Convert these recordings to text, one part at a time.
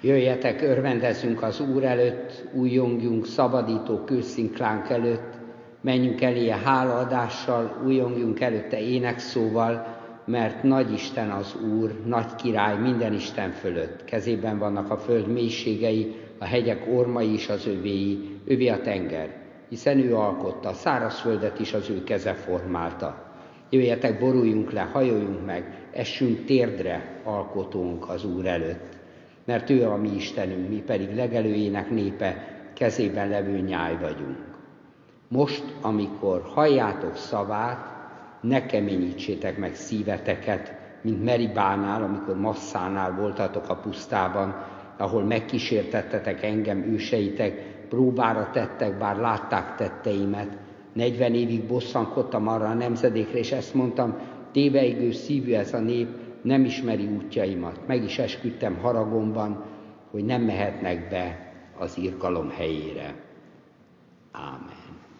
Jöjjetek, örvendezzünk az Úr előtt, újjongjunk szabadító kőszinklánk előtt, menjünk eléje hálaadással, újjongjunk előtte énekszóval, mert nagy Isten az Úr, nagy király minden Isten fölött. Kezében vannak a föld mélységei, a hegyek ormai is az övéi, övé a tenger, hiszen ő alkotta, a szárazföldet is az ő keze formálta. Jöjjetek, boruljunk le, hajoljunk meg, essünk térdre, alkotónk az Úr előtt. Mert ő a mi Istenünk, mi pedig legelőjének népe, kezében levő nyáj vagyunk. Most, amikor halljátok szavát, ne keményítsétek meg szíveteket, mint Meribánál, amikor Masszánál voltatok a pusztában, ahol megkísértettetek engem, őseitek, próbára tettek, bár látták tetteimet. 40 évig bosszankodtam arra a nemzedékre, és ezt mondtam, téveigő szívű ez a nép, nem ismeri útjaimat. Meg is esküdtem haragomban, hogy nem mehetnek be az irgalom helyére. Ámen.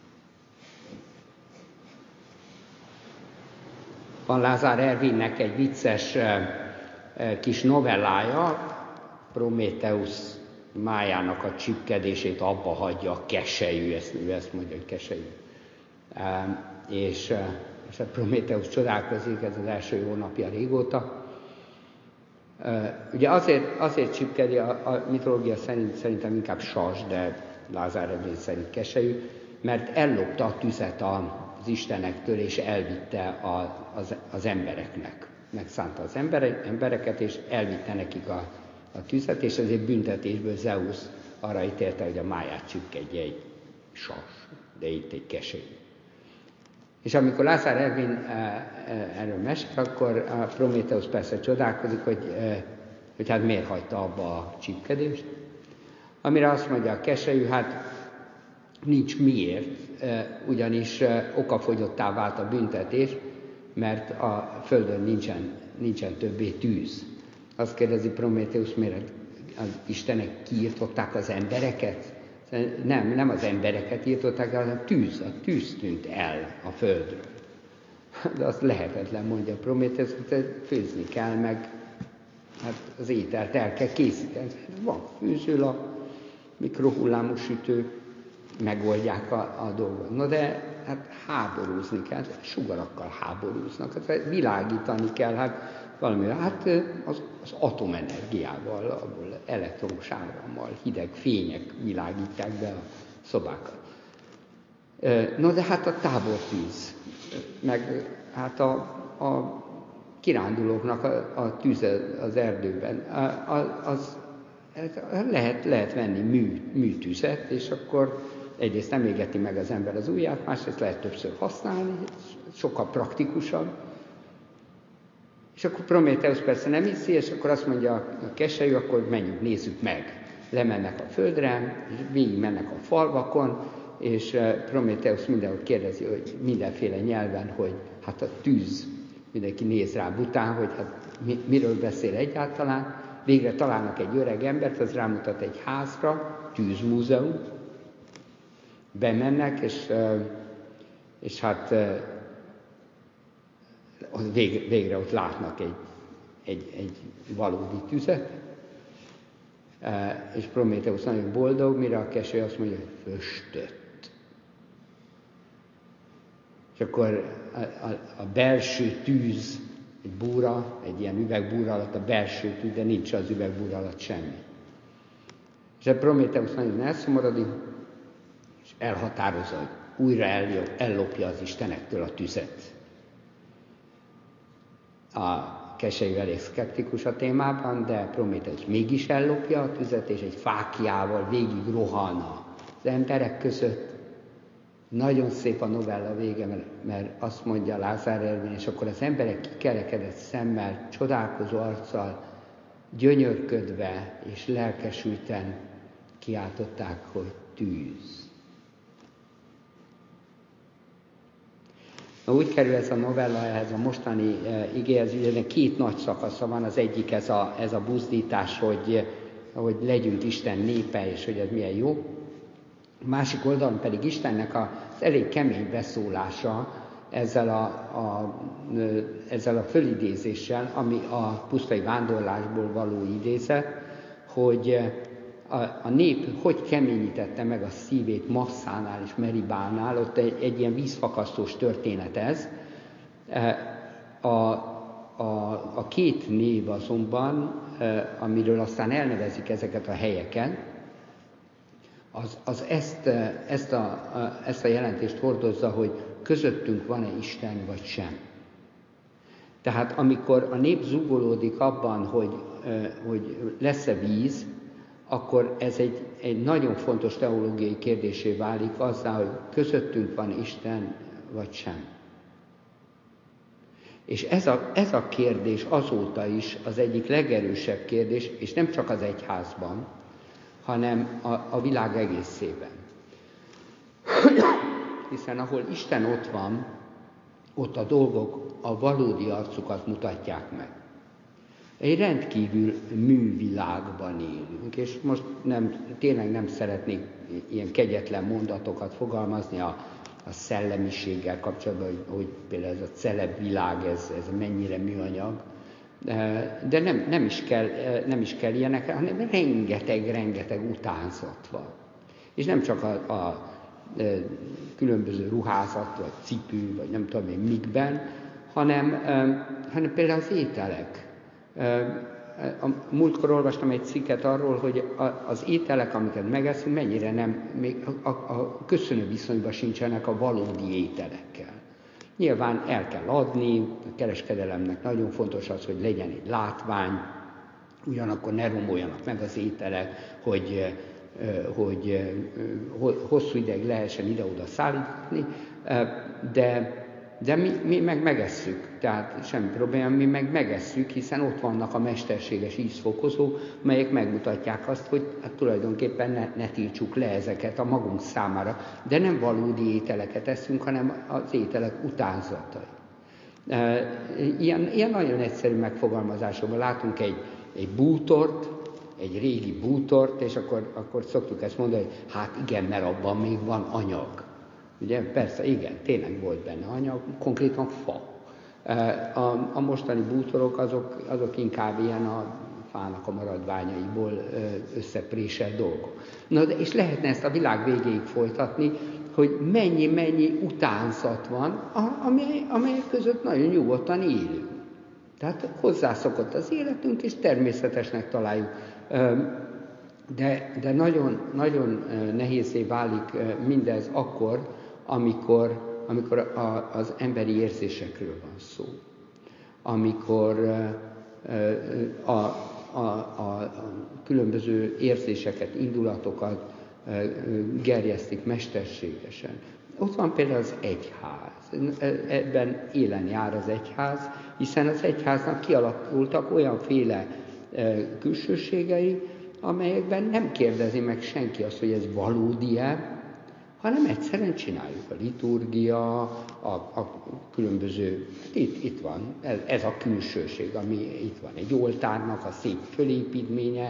Van Lázár Ervinnek egy vicces kis novellája, Prométheusz májának a csipkedését abba hagyja, a keselyű, ezt mondja, hogy keselyű. És a Prométheusz csodálkozik, ez az első hónapja régóta. Ugye azért csipkedi, a mitológia szerint szerintem inkább sas, de Lázár Ervin szerint keselyű, mert ellopta a tüzet az istenektől, és elvitte az embereknek. Megszánta az embereket, és elvitte nekik a tüzet, és ezért büntetésből Zeusz arra ítélte, hogy a máját csipkedje egy sas, de itt egy keselyű. És amikor Lázár Ervin erről mesél, akkor a Prométheusz persze csodálkozik, hogy hát miért hagyta abba a csipkedést. Amire azt mondja a keselyű, hát nincs miért, ugyanis okafogyottá vált a büntetés, mert a földön nincsen többé tűz. Azt kérdezi Prométheusz, miért az istenek kiirtották az embereket? Nem az embereket írtották el, hanem a tűz tűnt el a földről. De azt lehetetlen, mondja Prométheusz, hogy főzni kell, meg hát az ételt el kell készíteni. Van főzőlap, mikrohullámú sütő, megoldják a dolgot. No de hát háborúzni kell, sugarakkal háborúznak, hát világítani kell, hát valamivel, hát az atomenergiával, abból elektromos árammal, hideg fények világítják be a szobákat. No de hát a tábortűz, meg hát a kirándulóknak a tűz az erdőben, lehet venni műtüzet, és akkor egyrészt nem égeti meg az ember az ujját, másrészt lehet többször használni, sokkal praktikusabb. És akkor Prométheusz persze nem hiszi, és akkor azt mondja a keselyű, akkor menjünk, nézzük meg. Lemennek a földre, és végig mennek a falvakon, és Prométheusz mindenhol kérdezi, hogy mindenféle nyelven, hogy hát a tűz, mindenki néz rá bután, hogy hát miről beszél egyáltalán. Végre találnak egy öreg embert, az rámutat egy házra, tűzmúzeum. Bemennek, és hát végre ott látnak egy valódi tüzet. És Prométheusz nagyon boldog, mire a keselyű azt mondja, hogy föstött. És akkor a belső tűz, egy búra, egy ilyen üvegbúra alatt a belső tűz, de nincs az üvegbúra alatt semmi. És a Prométheusz nagyon elszomorodik, és elhatározza, hogy újra ellopja az istenektől a tüzet. A keselyű elég szkeptikus a témában, de Prométheusz mégis ellopja a tüzet, és egy fáklyával végig rohan az emberek között. Nagyon szép a novella vége, mert azt mondja Lázár Ervin, és akkor az emberek kikerekedett szemmel, csodálkozó arccal, gyönyörködve és lelkesülten kiáltották, hogy tűz. Na, úgy kerül ez a novella ehhez a mostani igéhez, ugye két nagy szakasza van, az egyik ez a buzdítás, hogy legyünk Isten népe, és hogy ez milyen jó. A másik oldalon pedig Istennek az elég kemény beszólása ezzel a fölidézéssel, ami a pusztai vándorlásból való idézet, hogy a nép hogy keményítette meg a szívét Masszánál és Meribánál, ott egy ilyen vízfakasztós történet ez. A két név azonban, amiről aztán elnevezik ezeket a helyeken, az ezt a jelentést hordozza, hogy közöttünk van-e Isten vagy sem. Tehát amikor a nép zugolódik abban, hogy lesz-e víz, akkor ez egy nagyon fontos teológiai kérdésé válik azzal, hogy közöttünk van Isten vagy sem. És ez a kérdés azóta is az egyik legerősebb kérdés, és nem csak az egyházban, hanem a világ egészében. Hiszen ahol Isten ott van, ott a dolgok a valódi arcukat mutatják meg. Egy rendkívül művilágban élünk, és most tényleg nem szeretnék ilyen kegyetlen mondatokat fogalmazni a szellemiséggel kapcsolatban, hogy például ez a celeb világ, ez mennyire műanyag, de nem is kell ilyenek, hanem rengeteg utánzat van. És nem csak a különböző ruházat, vagy cipő, vagy nem tudom én mikben, hanem például az ételek. Múltkor olvastam egy cikket arról, hogy az ételek, amiket megeszünk, mennyire még a köszönő viszonyban sincsenek a valódi ételekkel. Nyilván el kell adni, a kereskedelemnek nagyon fontos az, hogy legyen egy látvány, ugyanakkor ne romoljanak meg az ételek, hogy hosszú ideig lehessen ide-oda szállítani, de mi meg megesszük, tehát semmi probléma, mi meg megesszük, hiszen ott vannak a mesterséges ízfokozók, melyek megmutatják azt, hogy hát tulajdonképpen ne tiltsuk le ezeket a magunk számára, de nem valódi ételeket eszünk, hanem az ételek utánzatai. Ilyen nagyon egyszerű megfogalmazásokban látunk egy bútort, egy régi bútort, és akkor szoktuk ezt mondani, hogy hát igen, mert abban még van anyag. Ugye, persze, igen, tényleg volt benne anyag, konkrétan fa. A mostani bútorok azok inkább ilyen a fának a maradványaiból összepréselt dolgok. Na, és lehetne ezt a világ végéig folytatni, hogy mennyi utánzat van, amelyek között nagyon nyugodtan élünk. Tehát hozzászokott az életünk, és természetesnek találjuk. De nagyon, nagyon nehézé válik mindez akkor, amikor az emberi érzésekről van szó. Amikor a különböző érzéseket, indulatokat gerjesztik mesterségesen. Ott van például az egyház. Ebben élen jár az egyház, hiszen az egyháznak kialakultak olyanféle külsőségei, amelyekben nem kérdezi meg senki azt, hogy ez valódi-e, hanem egyszerűen csináljuk a liturgia, a különböző, itt van, ez a külsőség, ami itt van, egy oltárnak a szép fölépítménye,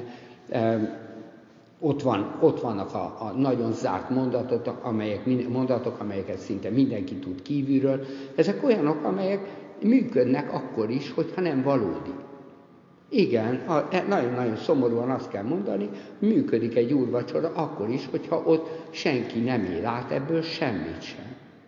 ott vannak a nagyon zárt mondatok, amelyeket szinte mindenki tud kívülről. Ezek olyanok, amelyek működnek akkor is, hogyha nem valódi. Igen, nagyon-nagyon szomorúan azt kell mondani, működik egy úrvacsora akkor is, hogyha ott senki nem él át ebből semmit sem.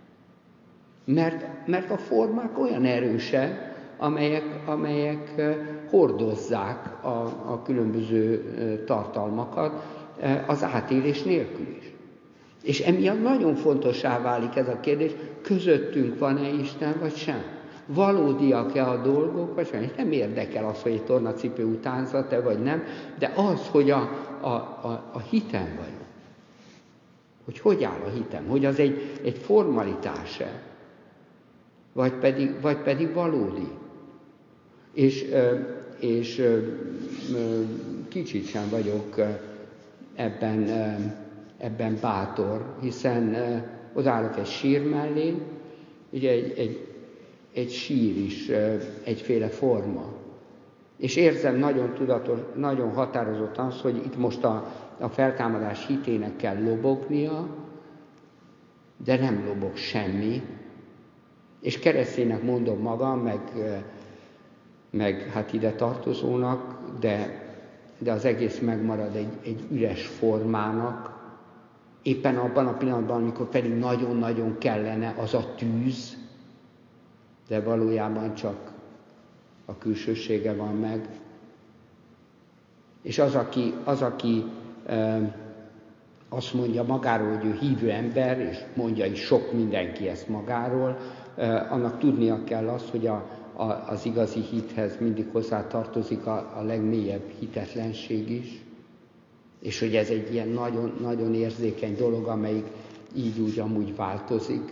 Mert a formák olyan erősek, amelyek hordozzák a különböző tartalmakat az átélés nélkül is. És emiatt nagyon fontossá válik ez a kérdés, közöttünk van-e Isten vagy sem? Valódiak-e a dolgok, vagy sem? Nem érdekel az, hogy egy tornacipő utánzat-e, vagy nem, de az, hogy a hitem vagyok. Hogy áll a hitem? Hogy az egy formalitás-e? Vagy pedig valódi? És kicsit sem vagyok ebben bátor, hiszen odállok egy sír mellé, ugye egy sír is egyféle forma. És érzem nagyon határozottan azt, hogy itt most a feltámadás hitének kell lobognia, de nem lobog semmi. És kereszténynek mondom magam, meg hát ide tartozónak, de de az egész megmarad egy üres formának, éppen abban a pillanatban, amikor pedig nagyon-nagyon kellene az a tűz, de valójában csak a külsősége van meg. És az, aki azt mondja magáról, hogy ő hívő ember, és mondja is sok mindenki ezt magáról, annak tudnia kell azt, hogy az igazi hithez mindig hozzá tartozik a legmélyebb hitetlenség is, és hogy ez egy ilyen nagyon, nagyon érzékeny dolog, amelyik így úgy amúgy változik.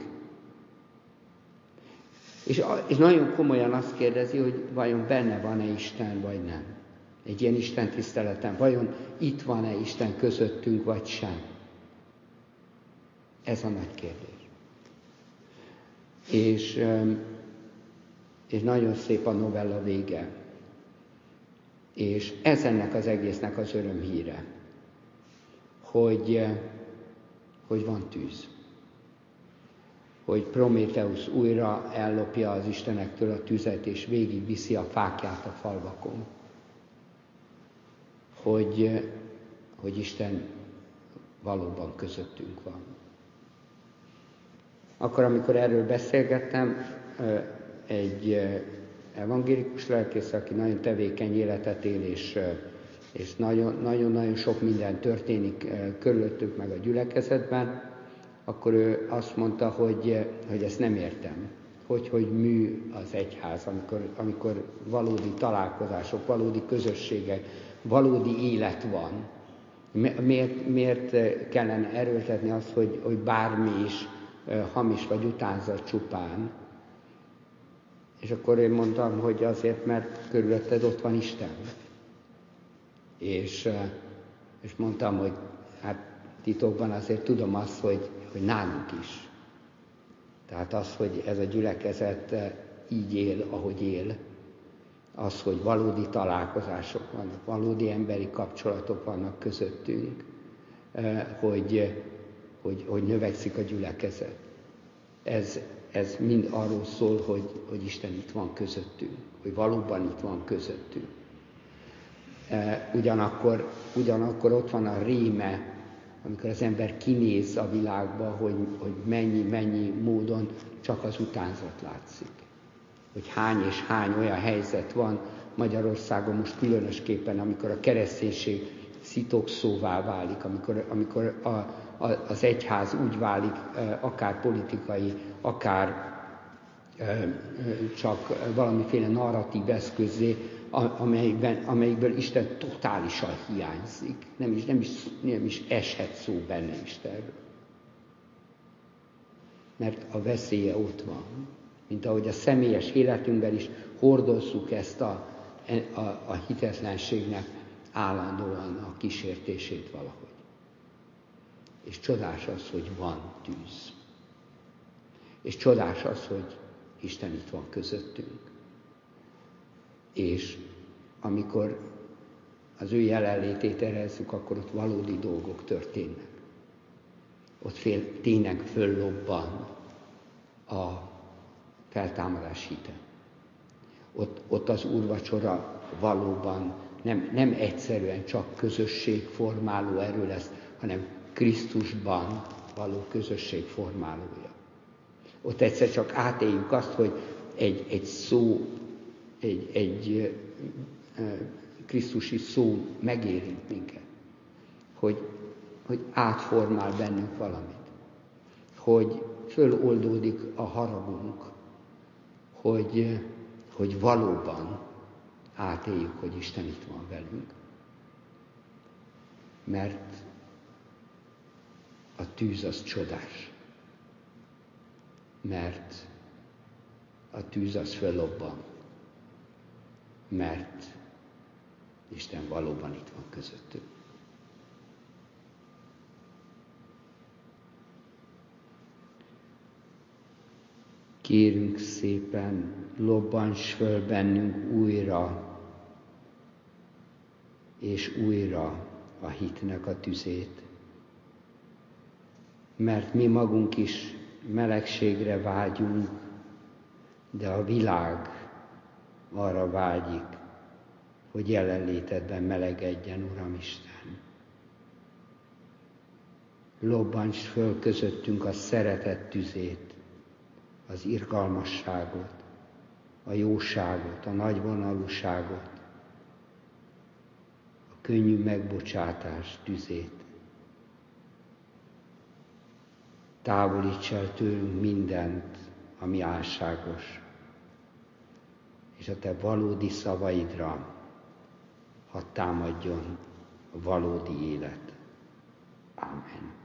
És nagyon komolyan azt kérdezi, hogy vajon benne van-e Isten, vagy nem. Egy ilyen Isten tiszteleten, vajon itt van-e Isten közöttünk, vagy sem. Ez a nagy kérdés. És nagyon szép a novella vége. És ez ennek az egésznek az örömhíre, hogy van tűz. Hogy Prométeusz újra ellopja az istenektől a tüzet, és végigviszi a fákját a falvakon. Hogy Isten valóban közöttünk van. Akkor, amikor erről beszélgettem, egy evangélikus lelkész, aki nagyon tevékeny életet él, és nagyon-nagyon sok minden történik körülöttük meg a gyülekezetben, akkor ő azt mondta, hogy ezt nem értem. Hogy mű az egyház, amikor valódi találkozások, valódi közösségek, valódi élet van. Miért kellene erőltetni azt, hogy bármi is hamis vagy utánzat csupán? És akkor én mondtam, hogy azért, mert körülötted ott van Isten. És mondtam, hogy hát titokban azért tudom azt, hogy nálunk is. Tehát az, hogy ez a gyülekezet így él, ahogy él, az, hogy valódi találkozások vannak, valódi emberi kapcsolatok vannak közöttünk, hogy növekszik a gyülekezet. Ez mind arról szól, hogy Isten itt van közöttünk, hogy valóban itt van közöttünk. Ugyanakkor ott van a réme, amikor az ember kinéz a világba, hogy mennyi módon csak az utánzat látszik. Hogy hány és hány olyan helyzet van Magyarországon most különösképpen, amikor a kereszténység szitokszóvá válik, amikor az egyház úgy válik, akár politikai, akár csak valamiféle narratív eszközzé, amelyikből Isten totálisan hiányzik. Nem is eshet szó benne Istenről. Mert a veszélye ott van. Mint ahogy a személyes életünkben is hordozzuk ezt a hitetlenségnek állandóan a kísértését valahogy. És csodás az, hogy van tűz. És csodás az, hogy Isten itt van közöttünk. És amikor az ő jelenlétét érezzük, akkor ott valódi dolgok történnek. Ott tényleg föllobban a feltámadás hite. Ott az úrvacsora valóban nem egyszerűen csak közösségformáló erő lesz, hanem Krisztusban való közösségformálója. Ott egyszer csak átéljük azt, hogy egy szó, egy krisztusi szó megérint minket. Hogy átformál bennünk valamit. Hogy föloldódik a haragunk. Hogy valóban átéljük, hogy Isten itt van velünk. Mert a tűz az csodás. Mert a tűz az föllobban. Mert Isten valóban itt van közöttünk. Kérünk szépen, lobbants föl bennünk újra és újra a hitnek a tüzét. Mert mi magunk is melegségre vágyunk, de a világ arra vágyik, hogy jelenlétedben melegedjen, Uramisten. Lobbantsd föl közöttünk a szeretet tüzét, az irgalmasságot, a jóságot, a nagyvonalúságot, a könnyű megbocsátás tüzét. Távolíts el tőlünk mindent, ami álságos, és a te valódi szavaidra hadd támadjon a valódi élet. Amen.